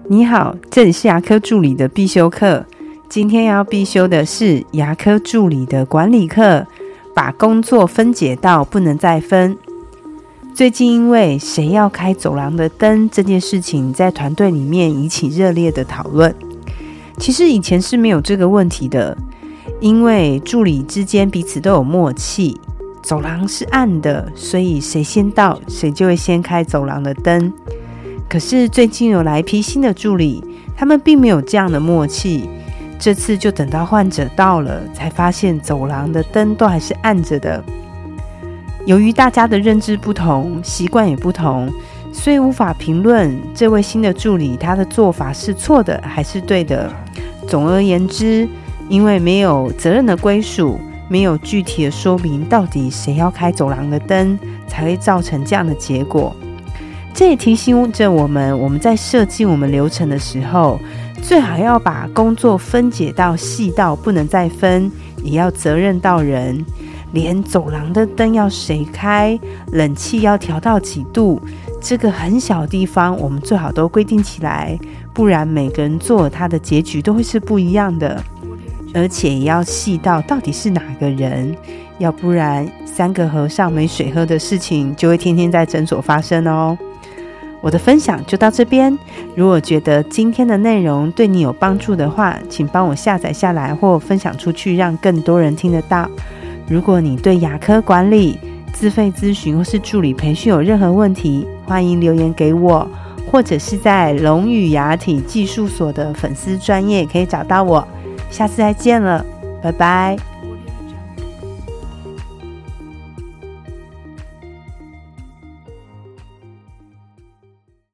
你好，这里是牙科助理的必修课。今天要必修的是牙科助理的管理课，把工作分解到不能再分。最近因为谁要开走廊的灯这件事情，在团队里面引起热烈的讨论。其实以前是没有这个问题的，因为助理之间彼此都有默契，走廊是暗的，所以谁先到谁就会先开走廊的灯。可是最近有来一批新的助理，他们并没有这样的默契，这次就等到患者到了，才发现走廊的灯都还是暗着的。由于大家的认知不同，习惯也不同，所以无法评论这位新的助理他的做法是错的还是对的。总而言之，因为没有责任的归属，没有具体的说明到底谁要开走廊的灯，才会造成这样的结果。这也提醒着我们在设计我们流程的时候，最好要把工作分解到细到不能再分，也要责任到人，连走廊的灯要谁开，冷气要调到几度，这个很小的地方我们最好都规定起来，不然每个人做他的结局都会是不一样的。而且也要细到底是哪个人，要不然三个和尚没水喝的事情就会天天在诊所发生哦。我的分享就到这边，如果觉得今天的内容对你有帮助的话，请帮我下载下来或分享出去，让更多人听得到。如果你对牙科管理、自费咨询或是助理培训有任何问题，欢迎留言给我，或者是在龙语牙体技术所的粉丝专页可以找到我。下次再见了，拜拜。